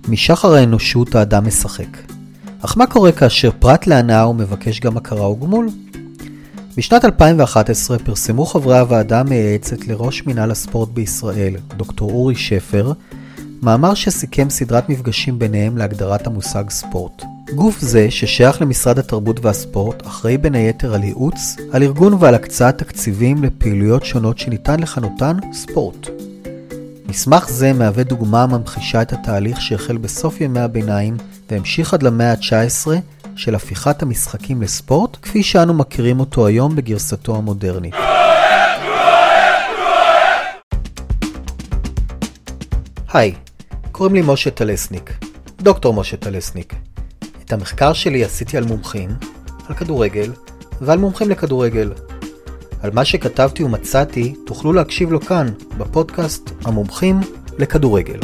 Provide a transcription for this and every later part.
משחר האנושות האדם משחק. אך מה קורה כאשר פרט להנאה הוא מבקש גם הכרה וגמול? בשנת 2011 פרסמו חברי הוועדה המייעצת לראש מינהל הספורט בישראל, דוקטור אורי שפר, מאמר שסיכם סדרת מפגשים ביניהם להגדרת המושג ספורט. גוף זה, ששייך למשרד התרבות והספורט, אחראי בין היתר על ייעוץ, על ארגון ועל הקצאת תקציבים לפעילויות שונות שניתן לכנותן ספורט. מסמך זה מהווה דוגמה ממחישה את התהליך שהחל בסוף ימי הביניים והמשיך עד למאה ה-19 של הפיכת המשחקים לספורט, כפי שאנו מכירים אותו היום בגרסתו המודרנית. היי, קוראים לי משה טלסניק, דוקטור משה טלסניק. את המחקר שלי עשיתי על מומחים, על כדורגל ועל מומחים לכדורגל. על מה שכתבתי ומצאתי תוכלו להקשיב לו כאן, בפודקאסט המומחים לכדורגל.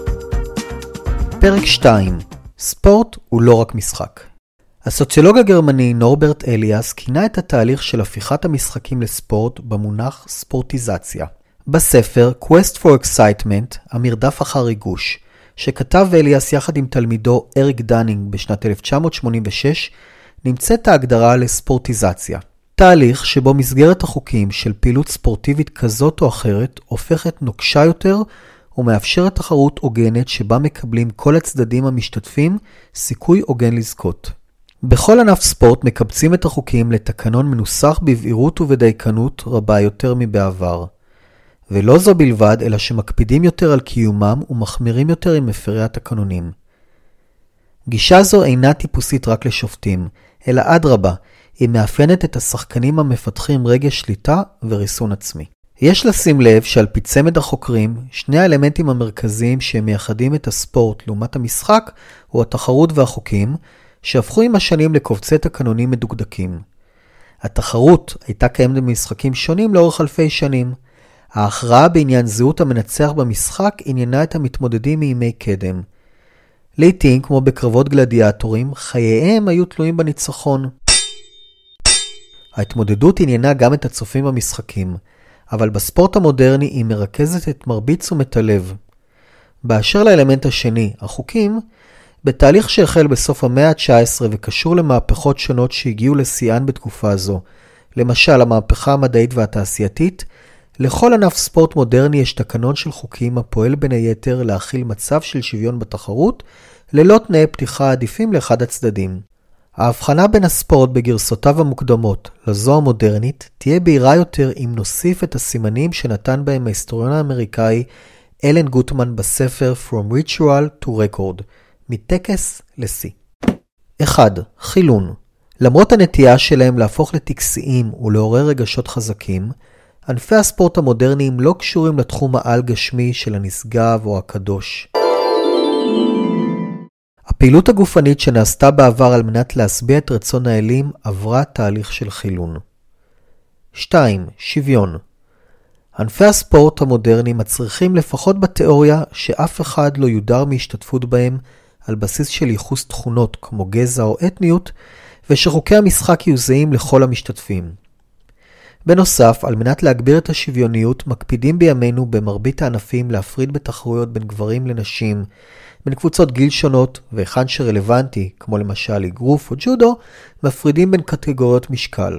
פרק 2. ספורט הוא לא רק משחק. הסוציולוג הגרמני נורברט אליאס כינה את התהליך של הפיכת המשחקים לספורט במונח ספורטיזציה. בספר Quest for Excitement, המרדף אחר ריגוש, שכתב אליאס יחד עם תלמידו אריק דנינג בשנת 1986, נמצאת ההגדרה לספורטיזציה. תהליך שבו מסגרת החוקים של פעילות ספורטיבית כזאת או אחרת הופכת נוקשה יותר ומאפשרת תחרות הוגנת שבה מקבלים כל הצדדים המשתתפים סיכוי הוגן לזכות. בכל ענף ספורט מקבצים את החוקים לתקנון מנוסח בבהירות ובדייקנות רבה יותר מבעבר. ולא זו בלבד, אלא שמקפידים יותר על קיומם ומחמירים יותר עם מפרי התקנונים. גישה זו אינה טיפוסית רק לשופטים, אלא אדרבה, היא מאפיינת את השחקנים המפתחים רגש שליטה וריסון עצמי. יש לשים לב שעל פי צמד החוקרים, שני האלמנטים המרכזיים שמייחדים את הספורט לעומת המשחק, הוא התחרות והחוקים, שהפכו עם השנים לקובצי תקנונים מדוקדקים. התחרות הייתה קיימת במשחקים שונים לאורך אלפי שנים. ההכרעה בעניין זהות המנצח במשחק עניינה את המתמודדים מימי קדם. לעתים, כמו בקרבות גלדיאטורים, חייהם היו תלויים בניצחון. ההתמודדות עניינה גם את הצופים במשחקים, אבל בספורט המודרני היא מרכזת את מרבית תשומת הלב. באשר לאלמנט השני, החוקים, בתהליך שהחל בסוף המאה ה-19 וקשור למהפכות שונות שהגיעו לשיאן בתקופה זו, למשל המהפכה המדעית והתעשייתית, לכל ענף ספורט מודרני יש תקנון של חוקים הפועל בין היתר להכיל מצב של שוויון בתחרות, ללא תנאי פתיחה עדיפים לאחד הצדדים. ההבחנה בין הספורט בגרסותיו המוקדמות לזו המודרנית תהיה בהירה יותר אם נוסיף את הסימנים שנתן בהם ההיסטוריון האמריקאי אלן גוטמן בספר From Ritual to Record, מטקס לשיא. 1. חילון. למרות הנטייה שלהם להפוך לטקסיים ולעורר רגשות חזקים, ענפי הספורט המודרניים לא קשורים לתחום העל גשמי של הנשגב או הקדוש. הפעילות הגופנית שנעשתה בעבר על מנת להשביע את רצון האלים עברה תהליך של חילון. 2. שוויון. ענפי הספורט המודרניים מצריכים לפחות בתיאוריה שאף אחד לא יודר מהשתתפות בהם על בסיס של ייחוס תכונות כמו גזע או אתניות, ושחוקי המשחק יהיו זהים לכל המשתתפים. בנוסף, על מנת להגביר את השוויוניות, מקפידים בימינו במרבית הענפים להפריד בתחרויות בין גברים לנשים, בין קבוצות גיל שונות, והיכן שרלוונטי, כמו למשל אגרוף או ג'ודו, מפרידים בין קטגוריות משקל.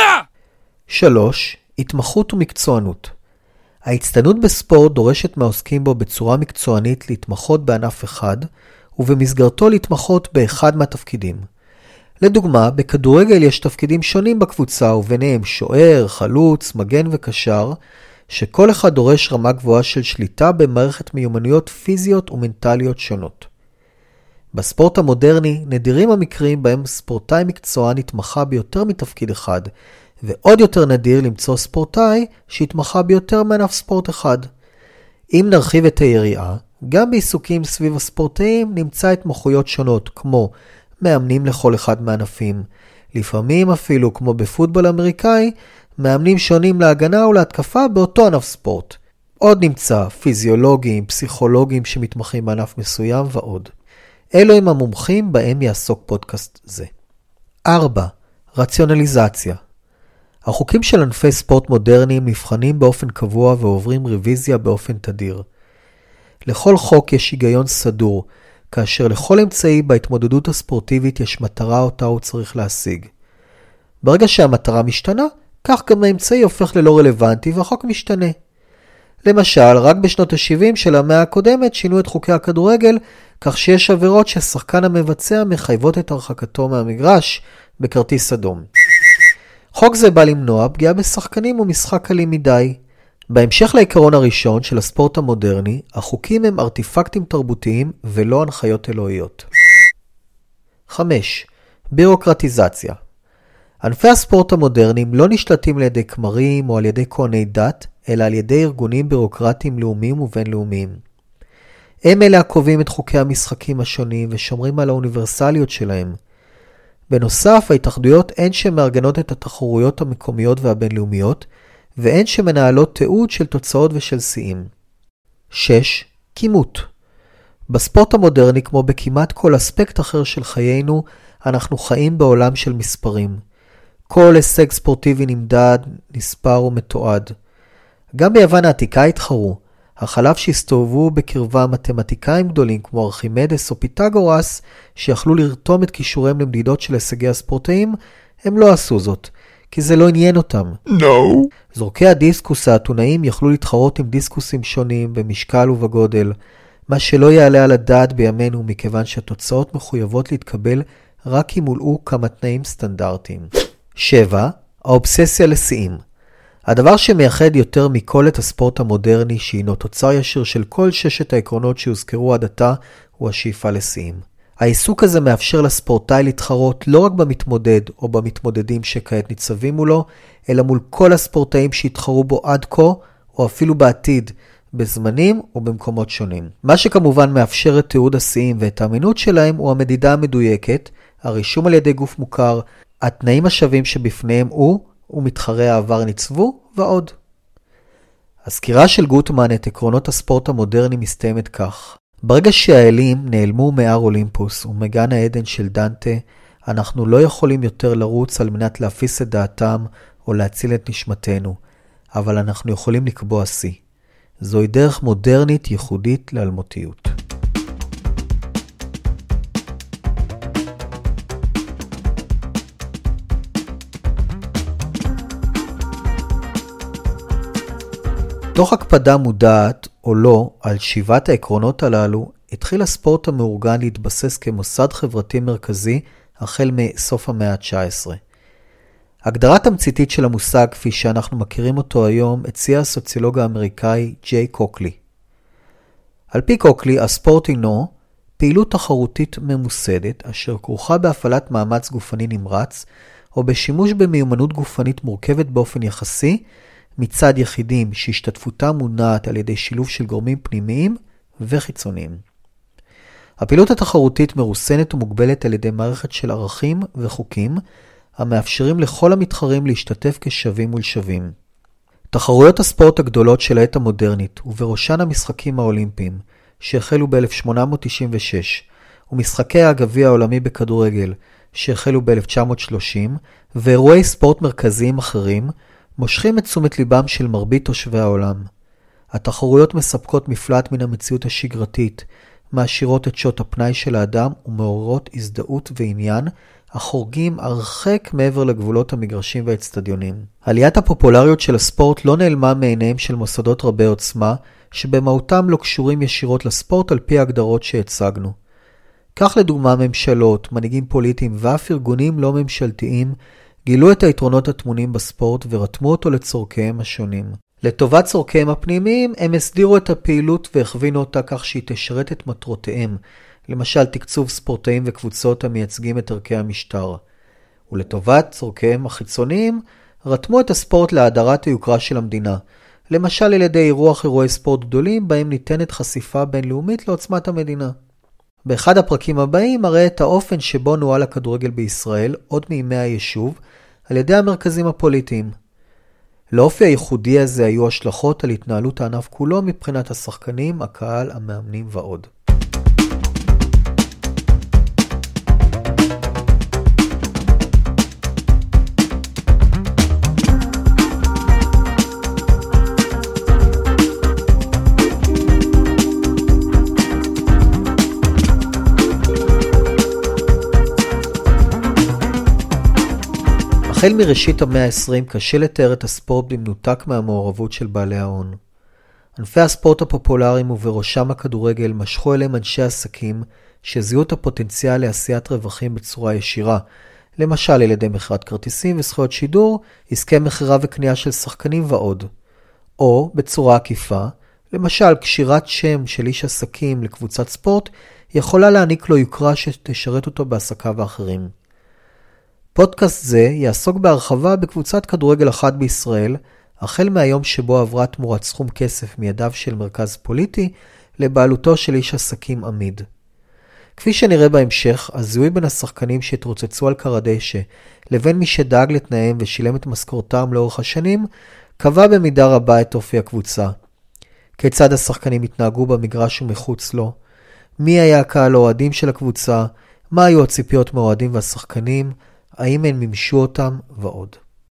3. התמחות ומקצוענות. ההצטיינות בספורט דורשת מהעוסקים בו בצורה מקצוענית להתמחות בענף אחד, ובמסגרתו להתמחות באחד מהתפקידים. לדוגמה, בכדורגל יש תפקידים שונים בקבוצה, וביניהם שוער, חלוץ, מגן וקשר, שכל אחד דורש רמה גבוהה של שליטה במערכת מיומנויות פיזיות ומנטליות שונות. בספורט המודרני נדירים המקרים בהם ספורטאי מקצוען התמחה ביותר מתפקיד אחד, ועוד יותר נדיר למצוא ספורטאי שהתמחה ביותר מענף ספורט אחד. אם נרחיב את היריעה, גם בעיסוקים סביב הספורטאים נמצא התמחויות שונות, כמו מאמנים לכל אחד מהענפים. לפעמים אפילו, כמו בפוטבול אמריקאי, מאמנים שונים להגנה ולהתקפה באותו ענף ספורט. עוד נמצא פיזיולוגים, פסיכולוגים שמתמחים בענף מסוים ועוד. אלו הם המומחים בהם יעסוק פודקאסט זה. 4. רציונליזציה. החוקים של ענפי ספורט מודרניים נבחנים באופן קבוע ועוברים רוויזיה באופן תדיר. לכל חוק יש היגיון סדור, כאשר לכל אמצעי בהתמודדות הספורטיבית יש מטרה אותה הוא צריך להשיג. ברגע שהמטרה משתנה, כך גם האמצעי הופך ללא רלוונטי והחוק משתנה. למשל, רק בשנות ה-70 של המאה הקודמת שינו את חוקי הכדורגל, כך שיש עבירות שהשחקן המבצע מחייבות את הרחקתו מהמגרש בכרטיס אדום. חוק זה בא למנוע פגיעה בשחקנים ומשחק קלים מדי. בהמשך לעיקרון הראשון של הספורט המודרני, החוקים הם ארטיפקטים תרבותיים ולא הנחיות אלוהיות. 5. בירוקרטיזציה. ענפי הספורט המודרניים לא נשלטים על ידי כמרים או על ידי כהני דת, אלא על ידי ארגונים בירוקרטיים לאומיים ובינלאומיים. הם אלה הקובעים את חוקי המשחקים השונים ושומרים על האוניברסליות שלהם. בנוסף, ההתאחדויות הן שמארגנות את התחרויות המקומיות והבינלאומיות, והן שמנהלות תיעוד של תוצאות ושל שיאים. 6. כימות. בספורט המודרני, כמו בכמעט כל אספקט אחר של חיינו, אנחנו חיים בעולם של מספרים. כל הישג ספורטיבי נמדד, נספר ומתועד. גם ביוון העתיקה התחרו. החלף שהסתובבו בקרבה מתמטיקאים גדולים כמו ארכימדס או פיתגורס, שיכלו לרתום את כישוריהם למדידות של הישגי הספורטאים, הם לא עשו זאת, כי זה לא עניין אותם. No. זורקי הדיסקוס האתונאים יכלו להתחרות עם דיסקוסים שונים במשקל ובגודל, מה שלא יעלה על הדעת בימינו מכיוון שהתוצאות מחויבות להתקבל רק אם מולאו כמה תנאים סטנדרטיים. 7. האובססיה לשיאים. הדבר שמייחד יותר מכל את הספורט המודרני, שהינו תוצר ישיר של כל 6 העקרונות שהוזכרו עד עתה, הוא השאיפה לשיאים. העיסוק הזה מאפשר לספורטאי להתחרות לא רק במתמודד או במתמודדים שכעת ניצבים מולו, אלא מול כל הספורטאים שהתחרו בו עד כה, או אפילו בעתיד, בזמנים או במקומות שונים. מה שכמובן מאפשר את תיעוד השיאים ואת האמינות שלהם הוא המדידה המדויקת, הרישום על ידי גוף מוכר, התנאים השווים שבפניהם הוא ומתחרי העבר ניצבו ועוד. הסקירה של גוטמן את עקרונות הספורט המודרני מסתיימת כך. ברגע שהאלים נעלמו מהר אולימפוס ומגן העדן של דנטה, אנחנו לא יכולים יותר לרוץ על מנת להפיס את דעתם או להציל את נשמתנו, אבל אנחנו יכולים לקבוע שיא. זוהי דרך מודרנית ייחודית לאלמותיות. תוך הקפדה מודעת או לא על 7 העקרונות הללו, התחיל הספורט המאורגן להתבסס כמוסד חברתי מרכזי החל מסוף המאה ה-19. הגדרה תמציתית של המושג כפי שאנחנו מכירים אותו היום הציע הסוציולוג האמריקאי ג'יי קוקלי. על פי קוקלי, הספורט הינו פעילות תחרותית ממוסדת אשר כרוכה בהפעלת מאמץ גופני נמרץ או בשימוש במיומנות גופנית מורכבת באופן יחסי מצד יחידים שהשתתפותם מונעת על ידי שילוב של גורמים פנימיים וחיצוניים. הפעילות התחרותית מרוסנת ומוגבלת על ידי מערכת של ערכים וחוקים המאפשרים לכל המתחרים להשתתף כשווים מול שווים. תחרויות הספורט הגדולות של העת המודרנית ובראשן המשחקים האולימפיים שהחלו ב-1896 ומשחקי הגביע העולמי בכדורגל שהחלו ב-1930 ואירועי ספורט מרכזיים אחרים מושכים את תשומת ליבם של מרבית תושבי העולם. התחרויות מספקות מפלט מן המציאות השגרתית, מעשירות את שעות הפנאי של האדם ומעוררות הזדהות ועניין, החורגים הרחק מעבר לגבולות המגרשים והאצטדיונים. עליית הפופולריות של הספורט לא נעלמה מעיניהם של מוסדות רבי עוצמה, שבמהותם לא קשורים ישירות לספורט על פי ההגדרות שהצגנו. כך לדוגמה ממשלות, מנהיגים פוליטיים ואף ארגונים לא ממשלתיים, גילו את היתרונות הטמונים בספורט ורתמו אותו לצורכיהם השונים. לטובת צורכיהם הפנימיים, הם הסדירו את הפעילות והכווינו אותה כך שהיא תשרת את מטרותיהם, למשל תקצוב ספורטאים וקבוצות המייצגים את ערכי המשטר. ולטובת צורכיהם החיצוניים, רתמו את הספורט להאדרת היוקרה של המדינה, למשל על ידי אירועי ספורט גדולים בהם ניתנת חשיפה בינלאומית לעוצמת המדינה. באחד הפרקים הבאים מראה את האופן שבו נוהל הכדורגל בישראל עוד מימי היישוב על ידי המרכזים הפוליטיים. לאופי הייחודי הזה היו השלכות על התנהלות הענף כולו מבחינת השחקנים, הקהל, המאמנים ועוד. החל מראשית המאה ה-20 קשה לתאר את הספורט במנותק מהמעורבות של בעלי ההון. ענפי הספורט הפופולריים ובראשם הכדורגל משכו אליהם אנשי עסקים שזיהו את הפוטנציאל לעשיית רווחים בצורה ישירה, למשל על ידי מכירת כרטיסים וזכויות שידור, עסקי מכירה וקנייה של שחקנים ועוד. או בצורה עקיפה, למשל קשירת שם של איש עסקים לקבוצת ספורט יכולה להעניק לו יוקרה שתשרת אותו בעסקיו האחרים. פודקאסט זה יעסוק בהרחבה בקבוצת כדורגל אחת בישראל, החל מהיום שבו עברה תמורת סכום כסף מידיו של מרכז פוליטי לבעלותו של איש עסקים עמיד. כפי שנראה בהמשך, הזיהוי בין השחקנים שהתרוצצו על קר הדשא לבין מי שדאג לתנאיהם ושילם את משכורתם לאורך השנים, קבע במידה רבה את אופי הקבוצה. כיצד השחקנים התנהגו במגרש ומחוץ לו, מי היה הקהל האוהדים של הקבוצה, מה היו הציפיות מהאוהדים והשחקנים, האם הם מימשו אותם ועוד.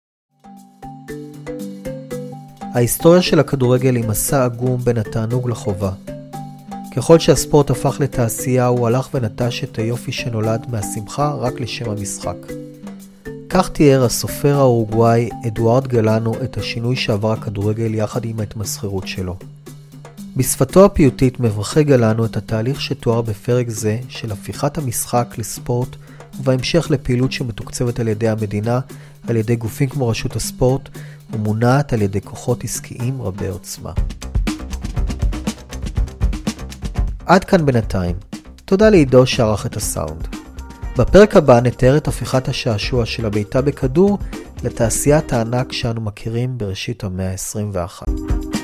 ההיסטוריה של הכדורגל היא מסע עגום בין התענוג לחובה. ככל שהספורט הפך לתעשייה הוא הלך ונטש את היופי שנולד מהשמחה רק לשם המשחק. כך תיאר הסופר האורוגוואי אדוארד גלאנו את השינוי שעבר הכדורגל יחד עם ההתמסחרות שלו. בשפתו הפיוטית מברך גלאנו את התהליך שתואר בפרק זה של הפיכת המשחק לספורט ובהמשך לפעילות שמתוקצבת על ידי המדינה, על ידי גופים כמו רשות הספורט ומונעת על ידי כוחות עסקיים רבי עוצמה. עד כאן בינתיים. תודה לעידו שערך את הסאונד. בפרק הבא נתאר את הפיכת השעשוע של הביתה בכדור לתעשיית הענק שאנו מכירים בראשית המאה ה-21.